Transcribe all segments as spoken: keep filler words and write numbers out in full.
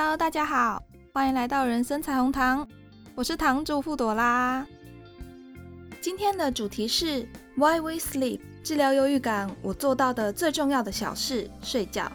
Hello， 大家好，欢迎来到人生彩虹糖，我是堂主傅朵拉。今天的主题是 Why we sleep， 治疗忧郁感我做到的最重要的小事——睡觉。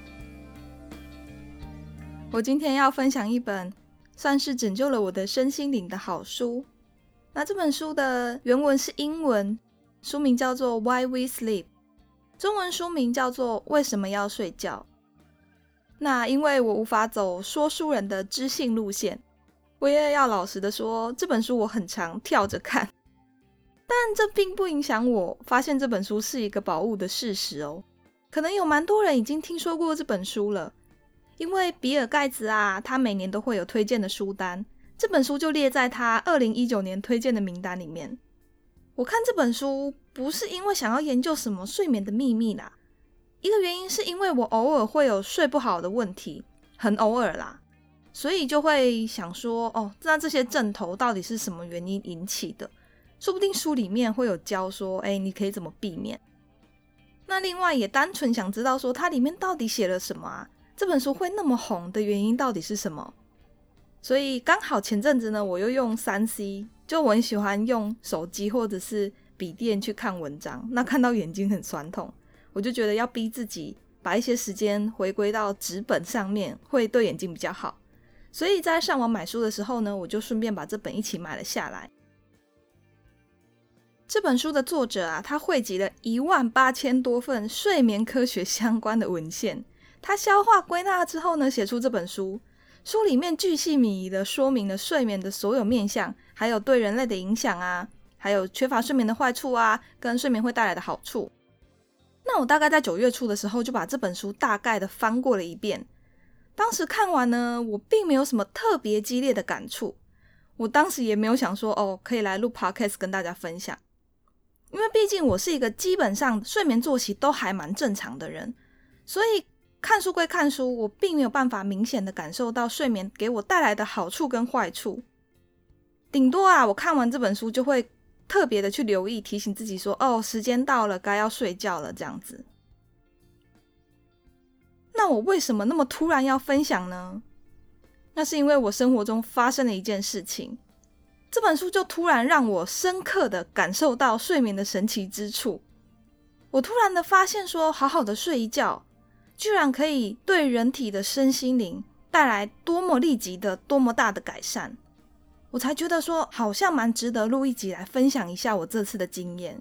我今天要分享一本算是拯救了我的身心灵的好书。那这本书的原文是英文，书名叫做 Why we sleep， 中文书名叫做为什么要睡觉。那因为我无法走说书人的知性路线，我也要老实的说，这本书我很常跳着看，但这并不影响我发现这本书是一个宝物的事实哦。可能有蛮多人已经听说过这本书了，因为比尔盖茨啊，他每年都会有推荐的书单，这本书就列在他二零一九年推荐的名单里面。我看这本书不是因为想要研究什么睡眠的秘密啦，一个原因是因为我偶尔会有睡不好的问题，很偶尔啦，所以就会想说，哦，那这些症头到底是什么原因引起的？说不定书里面会有教说，哎，你可以怎么避免。那另外也单纯想知道说，它里面到底写了什么啊？这本书会那么红的原因到底是什么？所以刚好前阵子呢，我又用 三 C， 就我很喜欢用手机或者是笔电去看文章，那看到眼睛很酸痛，我就觉得要逼自己把一些时间回归到纸本上面，会对眼睛比较好。所以在上网买书的时候呢，我就顺便把这本一起买了下来。这本书的作者啊，他汇集了一万八千多份睡眠科学相关的文献，他消化归纳之后呢，写出这本书。书里面巨细靡遗的说明了睡眠的所有面向，还有对人类的影响啊，还有缺乏睡眠的坏处啊，跟睡眠会带来的好处。那我大概在九月初的时候就把这本书大概的翻过了一遍。当时看完呢，我并没有什么特别激烈的感触。我当时也没有想说，哦，可以来录 podcast 跟大家分享。因为毕竟我是一个基本上睡眠作息都还蛮正常的人，所以看书归看书，我并没有办法明显的感受到睡眠给我带来的好处跟坏处。顶多啊，我看完这本书就会特别的去留意，提醒自己说，哦，时间到了，该要睡觉了，这样子。那我为什么那么突然要分享呢？那是因为我生活中发生了一件事情，这本书就突然让我深刻的感受到睡眠的神奇之处。我突然的发现说，好好的睡一觉居然可以对人体的身心灵带来多么立即的多么大的改善，我才觉得说好像蛮值得录一集来分享一下我这次的经验。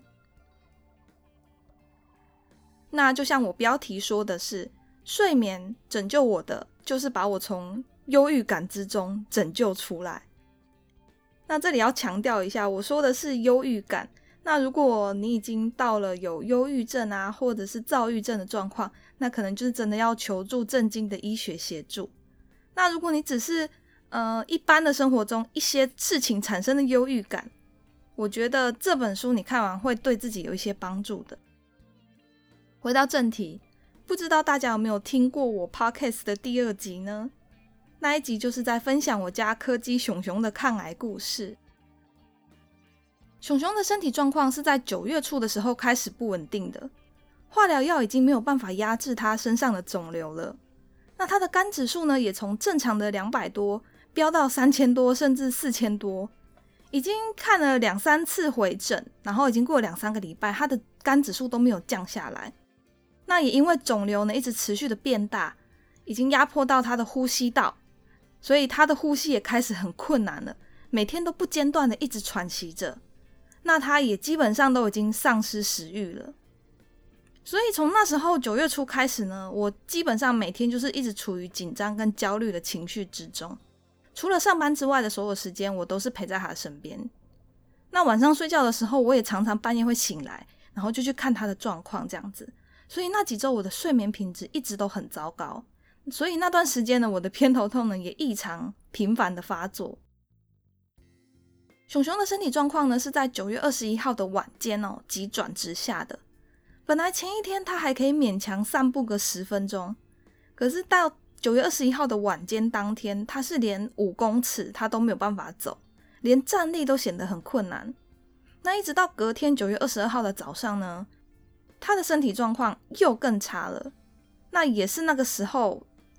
那就像我标题说的是，睡眠拯救我的就是把我从忧郁感之中拯救出来。那这里要强调一下，我说的是忧郁感，那如果你已经到了有忧郁症啊或者是躁郁症的状况，那可能就是真的要求助正经的医学协助。那如果你只是呃一般的生活中一些事情产生的忧郁感，我觉得这本书你看完会对自己有一些帮助的。回到正题，不知道大家有没有听过我 podcast 的第二集呢？那一集就是在分享我家柯基熊熊的抗癌故事。熊熊的身体状况是在九月初的时候开始不稳定的，化疗药已经没有办法压制他身上的肿瘤了。那他的肝指数呢，也从正常的两百多飙到三千多甚至四千多，已经看了两三次回诊，然后已经过了两三个礼拜，他的肝指数都没有降下来。那也因为肿瘤呢一直持续的变大，已经压迫到他的呼吸道，所以他的呼吸也开始很困难了，每天都不间断的一直喘息着。那他也基本上都已经丧失食欲了。所以从那时候九月初开始呢，我基本上每天就是一直处于紧张跟焦虑的情绪之中，除了上班之外的所有时间，我都是陪在他的身边。那晚上睡觉的时候，我也常常半夜会醒来，然后就去看他的状况这样子。所以那几周我的睡眠品质一直都很糟糕，所以那段时间呢，我的偏头痛呢也异常频繁的发作。熊熊的身体状况呢是在九月二十一号的晚间哦急转直下的。本来前一天他还可以勉强散步个十分钟，可是到九月二十一号的晚间当天，他是连五公尺他都没有办法走，连站立都显得很困难。那一直到隔天九月二十二号的早上呢，他的身体状况又更差了。那也是那个时候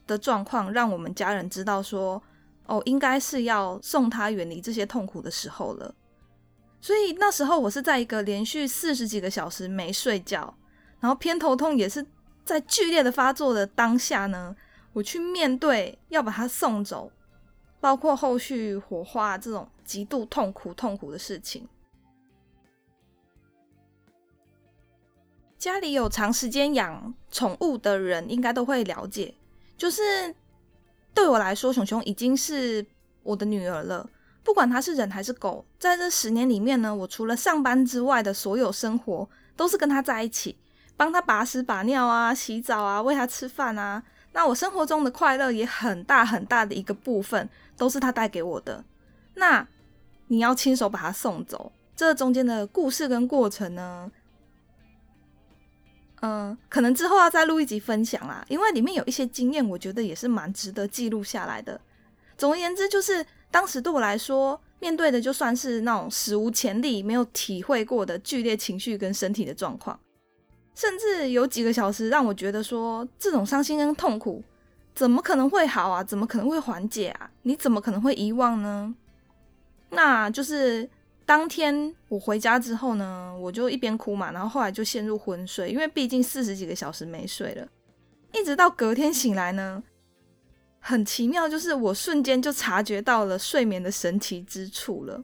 的状况让我们家人知道说，哦，应该是要送他远离这些痛苦的时候了。所以那时候我是在一个连续四十几个小时没睡觉，然后偏头痛也是在剧烈的发作的当下呢，我去面对要把他送走，包括后续火化这种极度痛苦痛苦的事情。家里有长时间养宠物的人应该都会了解，就是对我来说，熊熊已经是我的女儿了，不管她是人还是狗，在这十年里面呢，我除了上班之外的所有生活都是跟她在一起，帮她把屎把尿啊，洗澡啊，喂她吃饭啊，那我生活中的快乐也很大很大的一个部分都是她带给我的。那你要亲手把她送走，这中间的故事跟过程呢，嗯，可能之后要再录一集分享啦，因为里面有一些经验我觉得也是蛮值得记录下来的。总而言之，就是当时对我来说，面对的就算是那种史无前例没有体会过的剧烈情绪跟身体的状况，甚至有几个小时让我觉得说，这种伤心跟痛苦怎么可能会好啊，怎么可能会缓解啊，你怎么可能会遗忘呢？那就是当天我回家之后呢，我就一边哭嘛，然后后来就陷入昏睡，因为毕竟四十几个小时没睡了，一直到隔天醒来呢，很奇妙，就是我瞬间就察觉到了睡眠的神奇之处了。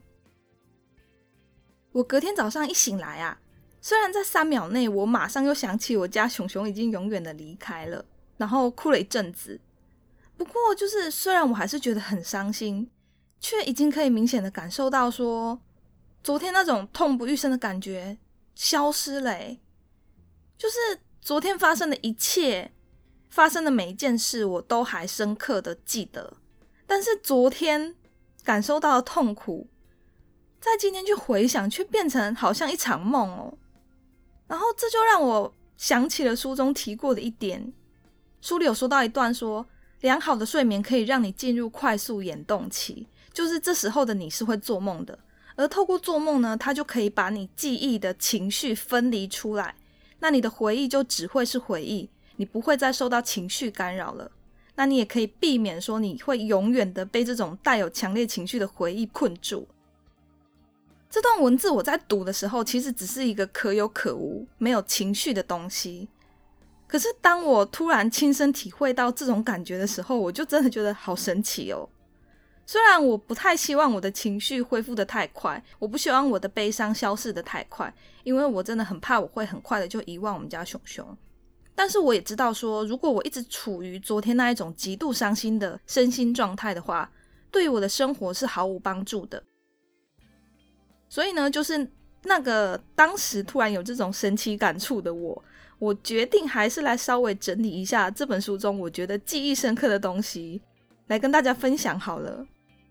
我隔天早上一醒来啊，虽然在三秒内我马上又想起我家熊熊已经永远的离开了，然后哭了一阵子，不过就是虽然我还是觉得很伤心，却已经可以明显的感受到说，昨天那种痛不欲生的感觉消失了耶。就是昨天发生的一切，发生的每一件事我都还深刻的记得，但是昨天感受到的痛苦在今天去回想却变成好像一场梦哦。然后这就让我想起了书中提过的一点，书里有说到一段说，良好的睡眠可以让你进入快速眼动期，就是这时候的你是会做梦的，而透过做梦呢，它就可以把你记忆的情绪分离出来，那你的回忆就只会是回忆，你不会再受到情绪干扰了。那你也可以避免说你会永远的被这种带有强烈情绪的回忆困住。这段文字我在读的时候，其实只是一个可有可无、没有情绪的东西。可是当我突然亲身体会到这种感觉的时候，我就真的觉得好神奇哦。虽然我不太希望我的情绪恢复得太快，我不希望我的悲伤消逝得太快，因为我真的很怕我会很快的就遗忘我们家熊熊。但是我也知道说，如果我一直处于昨天那一种极度伤心的身心状态的话，对于我的生活是毫无帮助的。所以呢，就是那个当时突然有这种神奇感触的我，我决定还是来稍微整理一下这本书中我觉得记忆深刻的东西，来跟大家分享好了。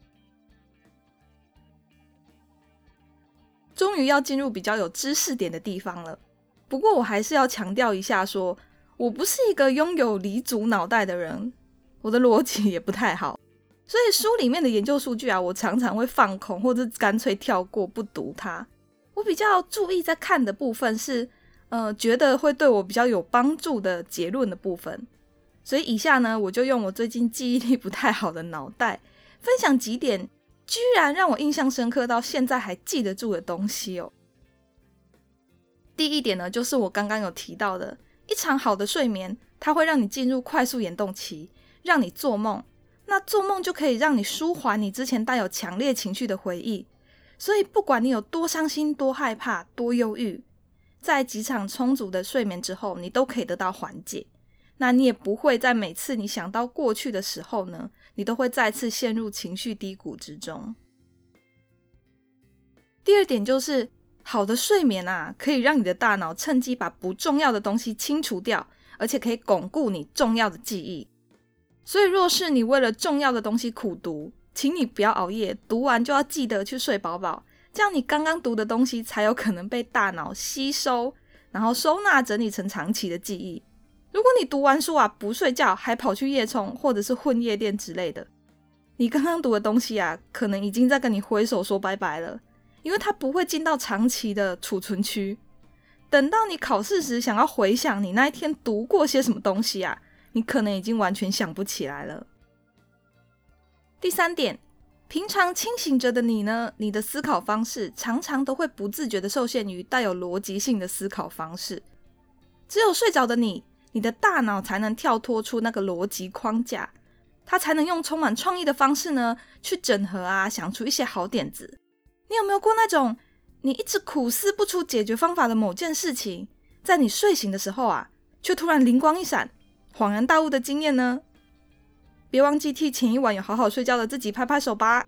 终于要进入比较有知识点的地方了，不过我还是要强调一下说，我不是一个拥有理组脑袋的人，我的逻辑也不太好，所以书里面的研究数据啊，我常常会放空或者干脆跳过不读它。我比较注意在看的部分是呃，觉得会对我比较有帮助的结论的部分。所以以下呢，我就用我最近记忆力不太好的脑袋分享几点居然让我印象深刻到现在还记得住的东西哦。第一点呢，就是我刚刚有提到的，一场好的睡眠它会让你进入快速眼动期，让你做梦，那做梦就可以让你舒缓你之前带有强烈情绪的回忆，所以不管你有多伤心、多害怕、多忧郁，在几场充足的睡眠之后，你都可以得到缓解。那你也不会在每次你想到过去的时候呢，你都会再次陷入情绪低谷之中。第二点就是，好的睡眠啊，可以让你的大脑趁机把不重要的东西清除掉，而且可以巩固你重要的记忆。所以若是你为了重要的东西苦读，请你不要熬夜，读完就要记得去睡饱饱，这样你刚刚读的东西才有可能被大脑吸收，然后收纳整理成长期的记忆。如果你读完书啊不睡觉，还跑去夜冲或者是混夜店之类的，你刚刚读的东西啊，可能已经在跟你挥手说拜拜了，因为它不会进到长期的储存区。等到你考试时想要回想你那一天读过些什么东西啊， 你可能已经完全想不起来了。第三点，平常清醒着的你呢，你的思考方式常常都会不自觉地受限于带有逻辑性的思考方式。只有睡着的你，你的大脑才能跳脱出那个逻辑框架，它才能用充满创意的方式呢，去整合啊，想出一些好点子。你有没有过那种你一直苦思不出解决方法的某件事情，在你睡醒的时候啊，却突然灵光一闪，恍然大悟的经验呢？别忘记替前一晚有好好睡觉的自己拍拍手吧。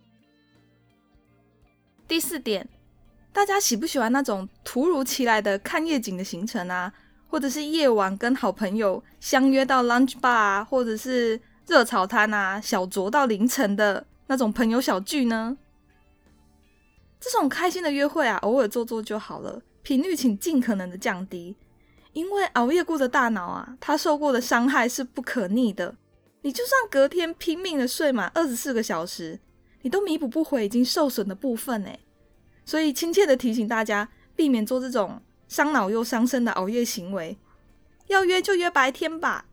第四点，大家喜不喜欢那种突如其来的看夜景的行程啊，或者是夜晚跟好朋友相约到 lunch bar 啊，或者是热炒摊啊，小酌到凌晨的那种朋友小聚呢？这种开心的约会啊，偶尔做做就好了，频率请尽可能的降低。因为熬夜过的大脑啊，它受过的伤害是不可逆的。你就算隔天拼命的睡满二十四个小时，你都弥补不回已经受损的部分耶。所以亲切的提醒大家，避免做这种伤脑又伤身的熬夜行为，要约就约白天吧。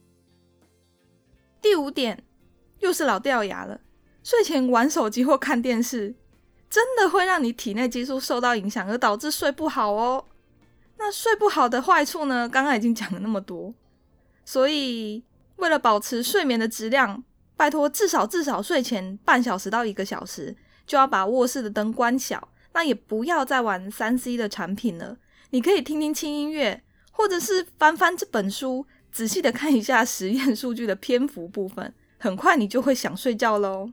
第五点，又是老掉牙了，睡前玩手机或看电视，真的会让你体内激素受到影响，而导致睡不好哦。那睡不好的坏处呢，刚刚已经讲了那么多，所以为了保持睡眠的质量，拜托至少至少睡前半小时到一个小时就要把卧室的灯关小，那也不要再玩 三 C 的产品了。你可以听听轻音乐，或者是翻翻这本书，仔细的看一下实验数据的篇幅部分，很快你就会想睡觉咯。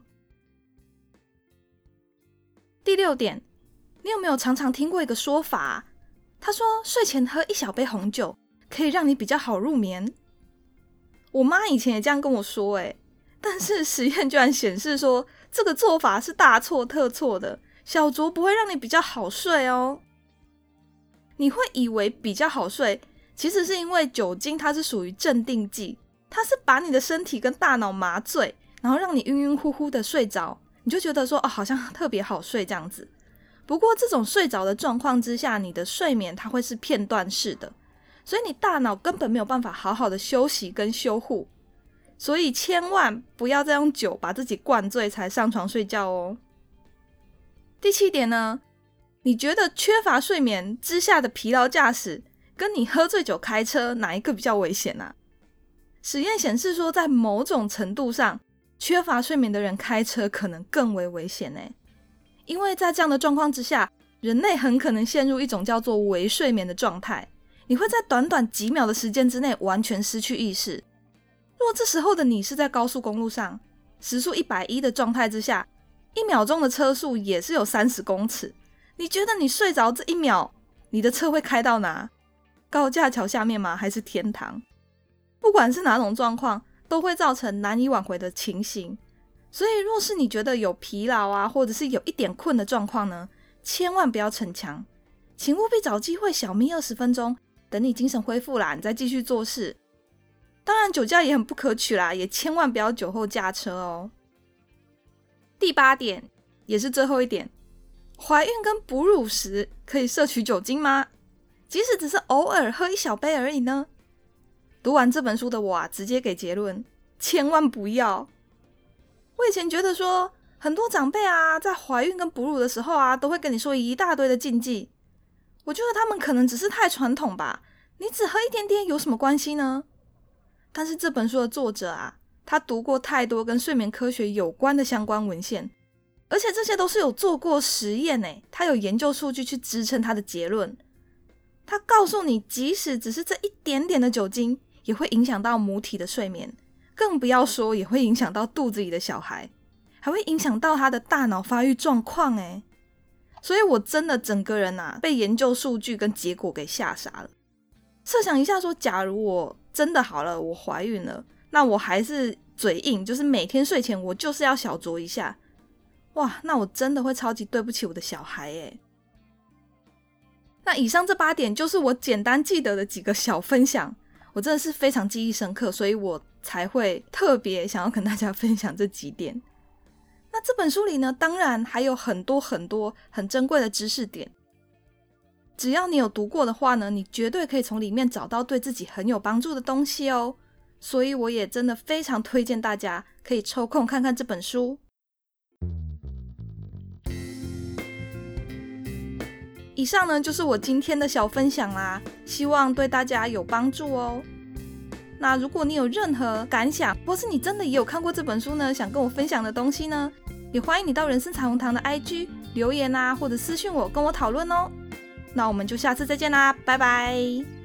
第六点，你有没有常常听过一个说法啊，他说睡前喝一小杯红酒可以让你比较好入眠。我妈以前也这样跟我说耶，但是实验居然显示说这个做法是大错特错的，小酌不会让你比较好睡哦。你会以为比较好睡，其实是因为酒精它是属于镇定剂，它是把你的身体跟大脑麻醉，然后让你晕晕乎乎的睡着，你就觉得说哦，好像特别好睡这样子。不过这种睡着的状况之下，你的睡眠它会是片段式的，所以你大脑根本没有办法好好的休息跟修护，所以千万不要再用酒把自己灌醉才上床睡觉哦。第七点呢，你觉得缺乏睡眠之下的疲劳驾驶跟你喝醉酒开车哪一个比较危险啊？实验显示说，在某种程度上，缺乏睡眠的人开车可能更为危险耶。因为在这样的状况之下，人类很可能陷入一种叫做微睡眠的状态，你会在短短几秒的时间之内完全失去意识。若这时候的你是在高速公路上，时速一百一的状态之下，一秒钟的车速也是有三十公尺，你觉得你睡着这一秒，你的车会开到哪？高架桥下面吗？还是天堂？不管是哪种状况，都会造成难以挽回的情形。所以若是你觉得有疲劳啊，或者是有一点困的状况呢，千万不要逞强，请务必找机会小眯二十分钟，等你精神恢复啦，你再继续做事。当然酒驾也很不可取啦，也千万不要酒后驾车哦。第八点，也是最后一点，怀孕跟哺乳时可以摄取酒精吗？即使只是偶尔喝一小杯而已呢？读完这本书的我啊，直接给结论，千万不要。我以前觉得说，很多长辈啊，在怀孕跟哺乳的时候啊，都会跟你说一大堆的禁忌。我觉得他们可能只是太传统吧，你只喝一点点有什么关系呢？但是这本书的作者啊，他读过太多跟睡眠科学有关的相关文献，而且这些都是有做过实验耶，他有研究数据去支撑他的结论。他告诉你，即使只是这一点点的酒精，也会影响到母体的睡眠，更不要说也会影响到肚子里的小孩，还会影响到他的大脑发育状况耶。所以我真的整个人啊，被研究数据跟结果给吓傻了。设想一下说，假如我真的好了，我怀孕了，那我还是嘴硬，就是每天睡前我就是要小酌一下，哇，那我真的会超级对不起我的小孩耶。那以上这八点就是我简单记得的几个小分享，我真的是非常记忆深刻，所以我才会特别想要跟大家分享这几点。那这本书里呢，当然还有很多很多很珍贵的知识点，只要你有读过的话呢，你绝对可以从里面找到对自己很有帮助的东西哦。 所以我也真的非常推荐大家可以抽空看看这本书。以上呢就是我今天的小分享啦，希望对大家有帮助哦。那如果你有任何感想，或是你真的也有看过这本书呢，想跟我分享的东西呢，也欢迎你到人生彩虹糖的 I G 留言啊，或者私讯我跟我讨论哦。那我们就下次再见啦，拜拜。